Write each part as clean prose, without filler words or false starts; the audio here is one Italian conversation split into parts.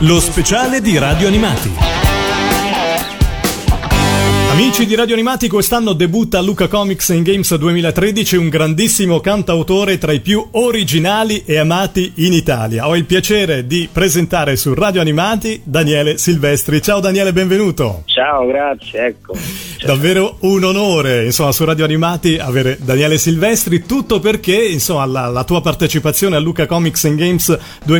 Lo speciale di Radio Animati. Amici di Radio Animati, quest'anno debutta a Lucca Comics and Games 2013 un grandissimo cantautore tra i più originali e amati in Italia. Ho il piacere di presentare su Radio Animati Daniele Silvestri. Ciao Daniele, benvenuto. Ciao, grazie, ecco. Davvero un onore, insomma, su Radio Animati avere Daniele Silvestri, tutto perché, insomma, la tua partecipazione a Lucca Comics and Games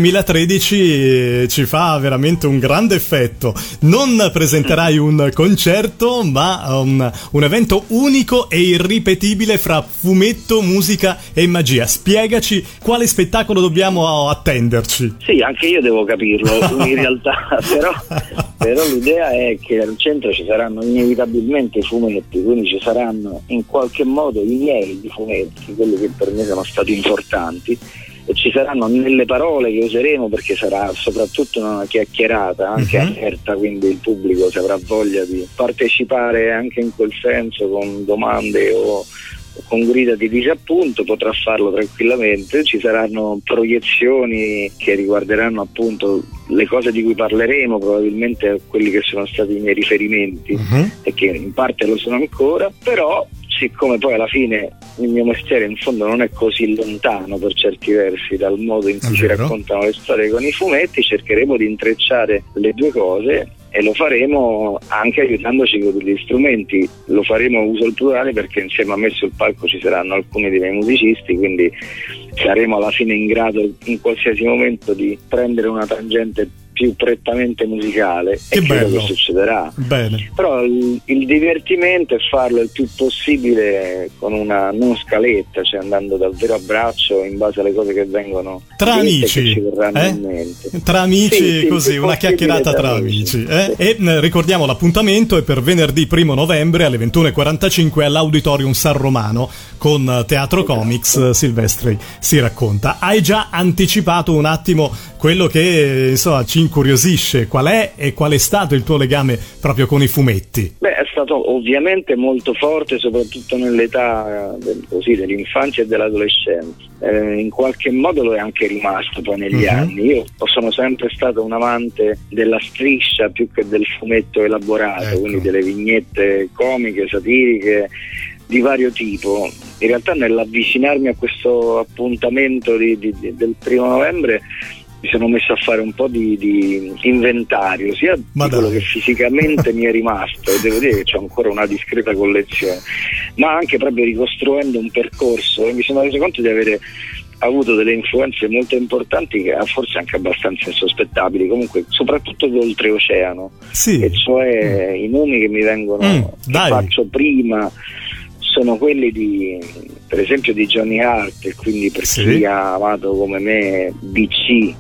2013 ci fa veramente un grande effetto. Non presenterai un concerto, ma un evento unico e irripetibile fra fumetto, musica e magia. Spiegaci quale spettacolo dobbiamo attenderci. Sì, anche io devo capirlo in realtà, però l'idea è che al centro ci saranno inevitabilmente i fumetti, quindi ci saranno in qualche modo i miei di fumetti, quelli che per me sono stati importanti, e ci saranno nelle parole che useremo, perché sarà soprattutto una chiacchierata anche aperta, quindi il pubblico, se avrà voglia di partecipare anche in quel senso con domande o con grida di disappunto potrà farlo tranquillamente. Ci saranno proiezioni che riguarderanno appunto le cose di cui parleremo, probabilmente quelli che sono stati i miei riferimenti e che in parte lo sono ancora, però siccome poi alla fine il mio mestiere in fondo non è così lontano per certi versi dal modo in cui si raccontano le storie con i fumetti, cercheremo di intrecciare le due cose e lo faremo anche aiutandoci con degli strumenti. Lo faremo uso il plurale perché insieme a me sul palco ci saranno alcuni dei miei musicisti, quindi saremo alla fine in grado in qualsiasi momento di prendere una tangente più prettamente musicale. Che e credo bello. che succederà. Bene. Però il divertimento è farlo il più possibile con una non scaletta, cioè andando davvero a braccio in base alle cose che vengono tra amici, che ci verranno in mente. Tra amici, sì, così, una chiacchierata tra amici. E ricordiamo l'appuntamento è per venerdì 1 novembre alle 21:45 all'Auditorium San Romano con Teatro Comics. Silvestri si racconta. Hai già anticipato un attimo quello che insomma ci incuriosisce, qual è e qual è stato il tuo legame proprio con i fumetti? Beh, è stato ovviamente molto forte, soprattutto nell'età dell'infanzia e dell'adolescenza. In qualche modo lo è anche rimasto poi negli anni. Io sono sempre stato un amante della striscia più che del fumetto elaborato, quindi delle vignette comiche, satiriche di vario tipo. In realtà nell'avvicinarmi a questo appuntamento del 1 novembre mi sono messo a fare un po' di inventario, sia di quello che fisicamente mi è rimasto, e devo dire che c'ho ancora una discreta collezione, ma anche proprio ricostruendo un percorso, e mi sono reso conto di avere avuto delle influenze molto importanti, che forse anche abbastanza insospettabili, comunque soprattutto d'oltreoceano, e cioè i nomi che mi vengono, che faccio prima, sono quelli per esempio di Johnny Hart, e quindi per chi ha amato come me DC,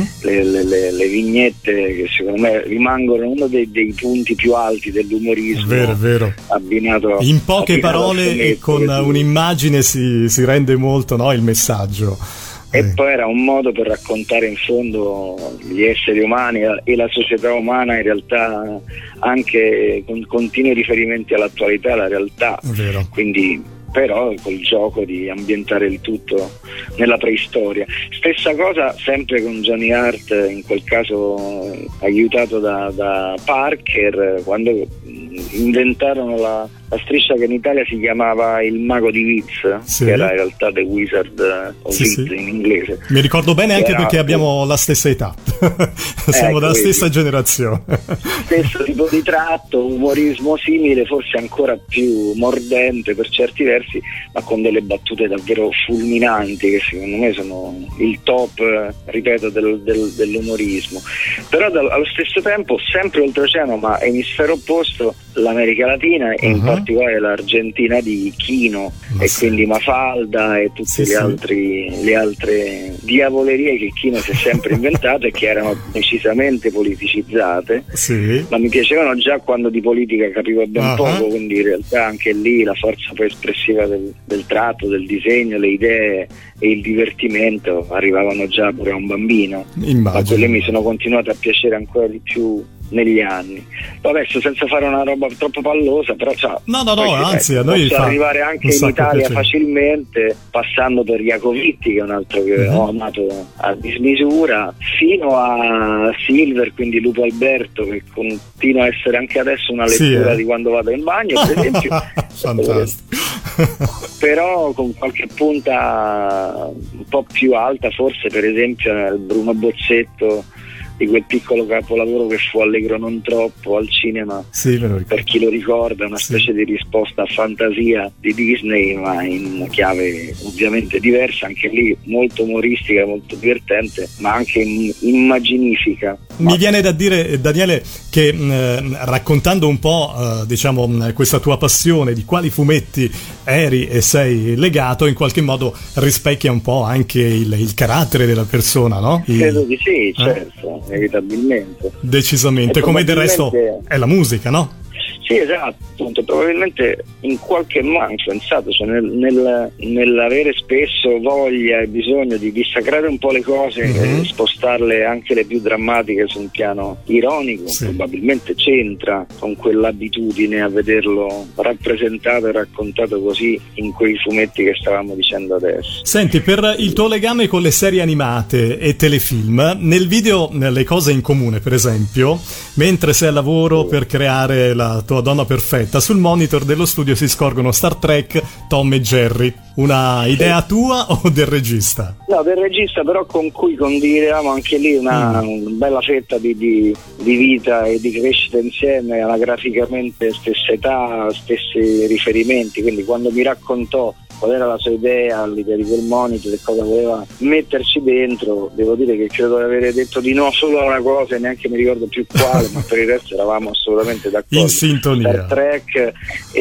le vignette che secondo me rimangono uno dei punti più alti dell'umorismo, vero. Abbinato in poche parole e con un'immagine si rende molto, no, il messaggio. E poi era un modo per raccontare in fondo gli esseri umani e la società umana, in realtà anche con continui riferimenti all'attualità, alla realtà. Quindi però col gioco di ambientare il tutto nella preistoria. Stessa cosa sempre con Johnny Hart, in quel caso aiutato da Parker, quando inventarono la striscia che in Italia si chiamava Il Mago di Wiz, che era in realtà The Wizard of Wiz in inglese. Mi ricordo bene anche perché abbiamo la stessa età. Siamo della stessa generazione. Stesso tipo di tratto, umorismo simile, forse ancora più mordente per certi versi, ma con delle battute davvero fulminanti che secondo me sono il top, ripeto, dell'umorismo. Però allo stesso tempo, sempre oltreoceano ma emisfero opposto, l'America Latina e in particolare l'Argentina di Kino, e quindi Mafalda e tutte le altre diavolerie che Kino si è sempre inventato e che erano decisamente politicizzate, ma mi piacevano già quando di politica capivo ben poco, quindi in realtà anche lì la forza poi espressiva del tratto, del disegno, le idee e il divertimento arrivavano già pure a un bambino. Ma quelle mi sono continuate a piacere ancora di più negli anni. Adesso senza fare una roba troppo pallosa, però no, anzi a noi posso arrivare anche in Italia facilmente, passando per Jacovitti, che è un altro che ho amato a dismisura, fino a Silver, quindi Lupo Alberto, che continua a essere anche adesso una lettura di quando vado in bagno, per esempio. Fantastico. Però con qualche punta un po' più alta, forse per esempio nel Bruno Bozzetto, di quel piccolo capolavoro che fu Allegro non troppo al cinema, per chi lo ricorda, una specie di risposta a fantasia di Disney, ma in una chiave ovviamente diversa, anche lì molto umoristica, molto divertente, ma anche immaginifica. Mi viene da dire, Daniele, che raccontando un po' diciamo questa tua passione, di quali fumetti eri e sei legato, in qualche modo rispecchia un po' anche il carattere della persona, no? Credo di sì, certo, inevitabilmente. Decisamente, come del resto è la musica, no? Sì, esatto, appunto, probabilmente in qualche modo ha influenzato, cioè nell'avere spesso voglia e bisogno di dissacrare un po' le cose e spostarle anche le più drammatiche su un piano ironico, probabilmente c'entra con quell'abitudine a vederlo rappresentato e raccontato così in quei fumetti che stavamo dicendo adesso. Senti, per il tuo legame con le serie animate e telefilm, nel video Le cose in comune, per esempio, mentre sei al lavoro per creare la tua donna perfetta, sul monitor dello studio si scorgono Star Trek, Tom e Jerry. Una idea tua o del regista? No, del regista, però con cui condividevamo anche lì una bella fetta di vita e di crescita insieme, anagraficamente stessa età, stessi riferimenti, quindi quando mi raccontò qual era la sua idea, l'idea di quel monitor e cosa voleva metterci dentro, devo dire che credo di avere detto di no solo a una cosa e neanche mi ricordo più quale, ma per il resto eravamo assolutamente d'accordo. In sintonia. Star Trek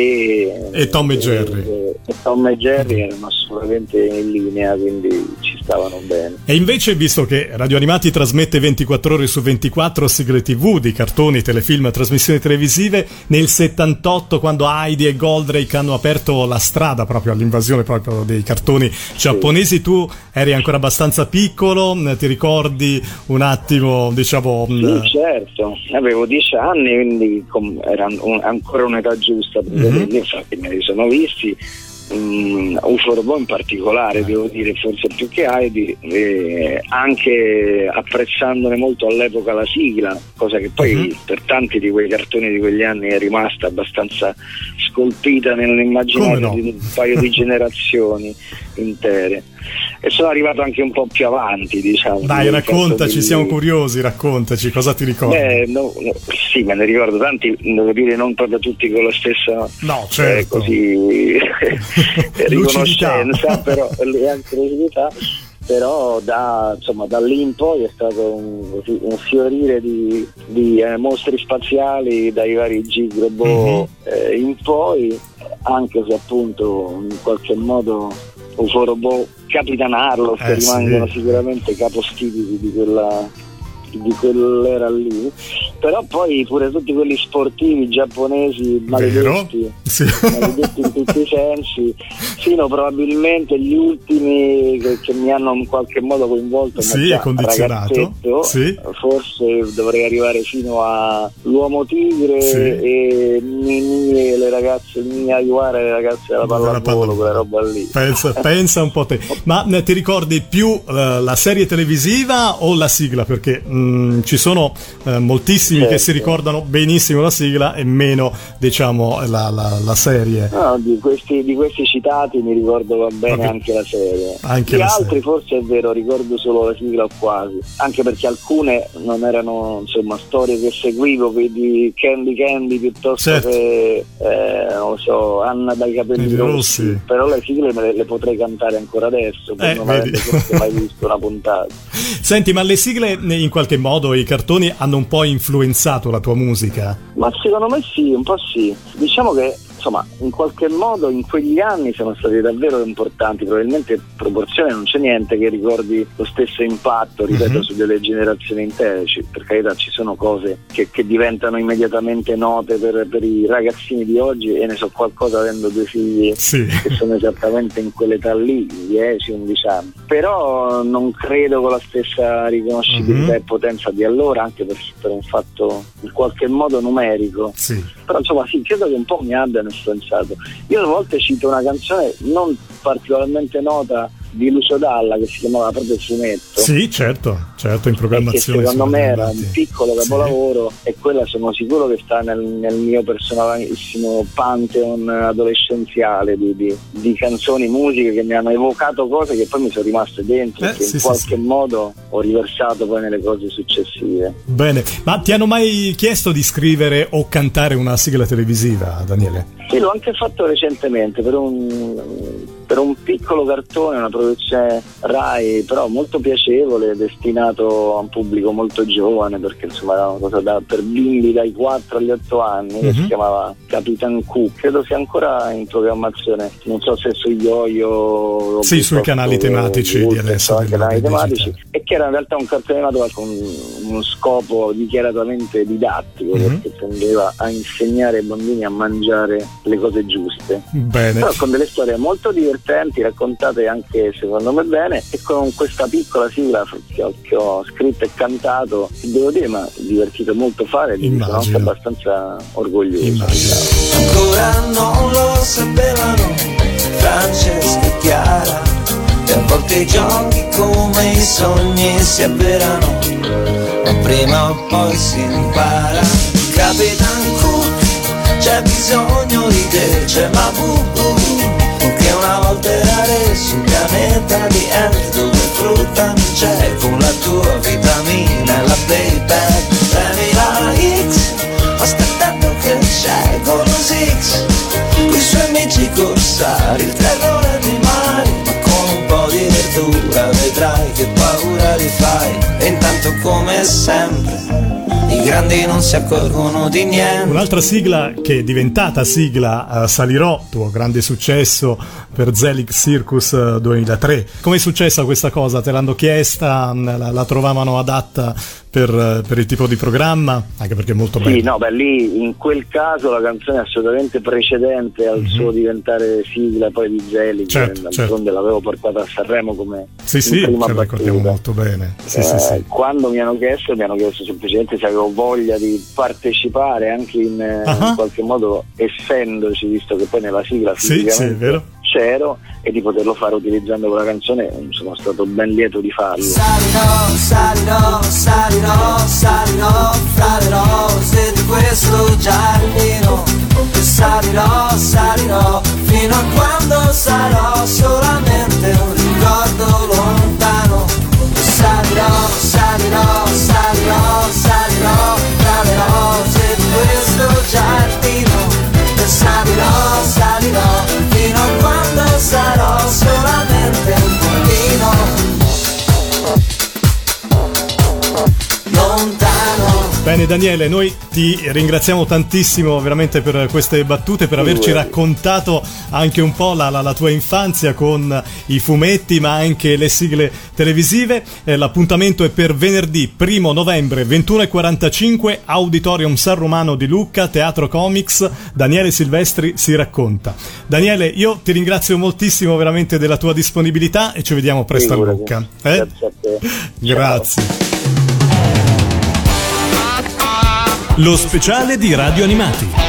e Tom e Jerry. E Tom e Jerry erano assolutamente in linea, quindi ci stavano bene. E invece, visto che Radio Animati trasmette 24 ore su 24 sigle TV di cartoni, telefilm, trasmissioni televisive, nel 78, quando Heidi e Goldrake hanno aperto la strada proprio all'invasione proprio dei cartoni giapponesi, tu eri ancora abbastanza piccolo, ti ricordi un attimo, diciamo? Sì, certo, avevo 10 anni, quindi era ancora un'età giusta per vederli, infatti me li sono visti. UFO Robot in particolare, devo dire, forse più che Heidi, anche apprezzandone molto all'epoca la sigla, cosa che poi per tanti di quei cartoni di quegli anni è rimasta abbastanza scolpita nell'immaginario di un paio di generazioni intere. E sono arrivato anche un po' più avanti, diciamo. Dai, raccontaci, siamo curiosi, raccontaci, cosa ti ricordi? Sì, me ne ricordo tanti, devo dire non proprio tutti con la stessa così riconoscenza, però anche lucidità, però da lì in poi è stato un fiorire di mostri spaziali dai vari Gig Robot in poi, anche se appunto in qualche modo UFO Robot, Capitan Harlock rimangono sicuramente capostipiti di quell'era lì, però poi pure tutti quelli sportivi giapponesi maledetti in tutti i sensi, fino probabilmente gli ultimi che mi hanno in qualche modo coinvolto, e condizionato, forse dovrei arrivare fino a l'Uomo Tigre e Mimi e le ragazze, Mimi Aiuara e le ragazze della pallavolo, quella roba lì. Pensa un po' te. Ma ti ricordi più la serie televisiva o la sigla? Perché ci sono moltissimi che si ricordano benissimo la sigla e meno, diciamo, la serie. No, di questi citati mi ricordo bene anche la serie. Gli altri forse è vero, ricordo solo la sigla o quasi, anche perché alcune non erano storie che seguivo, vedi Candy piuttosto che non lo so, Anna dai capelli rossi, però le sigle le potrei cantare ancora adesso, non avendo forse mai visto una puntata. Senti, ma le sigle in qualche modo, i cartoni hanno un po' influenzato la tua musica? Ma secondo me sì, un po' sì. Diciamo che insomma in qualche modo in quegli anni sono stati davvero importanti. Probabilmente proporzione non c'è niente che ricordi lo stesso impatto, ripeto, su delle generazioni intere. Per carità, ci sono cose che diventano immediatamente note per i ragazzini di oggi, e ne so qualcosa avendo 2 figli che sono esattamente in quell'età lì, 10-11 anni, però non credo con la stessa riconoscibilità e potenza di allora, anche per un fatto in qualche modo numerico. Però insomma sì, credo che un po' mi abbiano influenzato. Io a volte cito una canzone non particolarmente nota di Lucio Dalla che si chiamava proprio Fumetto. Sì, certo, in programmazione. Che secondo me era un piccolo capolavoro, e quella sono sicuro che sta nel mio personalissimo pantheon adolescenziale di canzoni, musiche che mi hanno evocato cose che poi mi sono rimaste dentro e che in qualche modo ho riversato poi nelle cose successive. Bene, ma ti hanno mai chiesto di scrivere o cantare una sigla televisiva, Daniele? Sì, l'ho anche fatto recentemente per un piccolo cartone, una produzione Rai, però molto piacevole, destinato a un pubblico molto giovane, perché insomma era una cosa per bimbi dai 4 agli 8 anni, che si chiamava Capitan Q. Credo sia ancora in programmazione, non so se su Yoyo sui canali tematici di adesso, canali tematici, e che era in realtà un cartone animato con uno scopo dichiaratamente didattico, perché tendeva a insegnare ai bambini a mangiare le cose giuste. Bene. Però con delle storie molto divertenti, raccontate anche secondo me bene, e con questa piccola sigla che ho scritto e cantato, devo dire, ma divertito molto fare, e sono anche abbastanza orgoglioso. Ancora non lo sapevano Francesca e Chiara, e a volte i giochi come i sogni si avverano, ma prima o poi si impara. Capitan Cook, c'è bisogno di te, c'è Mabu che una volta era re sul pianeta di Earth, dove frutta non c'è, con la tua vitamina e la playback. Premi la X, aspettando che c'è con lo Six, coi suoi amici corsari, il terrore dei mari, ma con un po' di verdura vedrai che paura li fai. E intanto come sempre i grandi non si accorgono di niente. Un'altra sigla che è diventata sigla Salirò, tuo grande successo per Zelig Circus 2003. Come è successa questa cosa? Te l'hanno chiesta? La trovavano adatta per il tipo di programma? Anche perché è molto bella. Sì, no, lì in quel caso la canzone è assolutamente precedente al suo diventare sigla poi di Zelig. D'altronde l'avevo portata a Sanremo come prima ce la ricordiamo molto bene. Quando mi hanno chiesto semplicemente se avevo voglia di partecipare anche in qualche modo, essendoci, visto che poi nella sigla fisicamente è vero, c'ero, e di poterlo fare utilizzando quella canzone, sono stato ben lieto di farlo. Salirò fra le rose di questo giardino, salirò fino a quando sarò solamente un ricordo lontano. Salirò fra le rose di questo giardino, salirò fino a quando sarò solamente un pochino lontano. Bene Daniele, noi ti ringraziamo tantissimo veramente per queste battute, per averci raccontato anche un po' la tua infanzia con i fumetti, ma anche le sigle televisive. L'appuntamento è per venerdì 1 novembre 21:45, Auditorium San Romano di Lucca, Teatro Comics. Daniele Silvestri si racconta. Daniele, io ti ringrazio moltissimo veramente della tua disponibilità e ci vediamo presto a Lucca. Grazie a te. Grazie. Lo speciale di Radio Animati.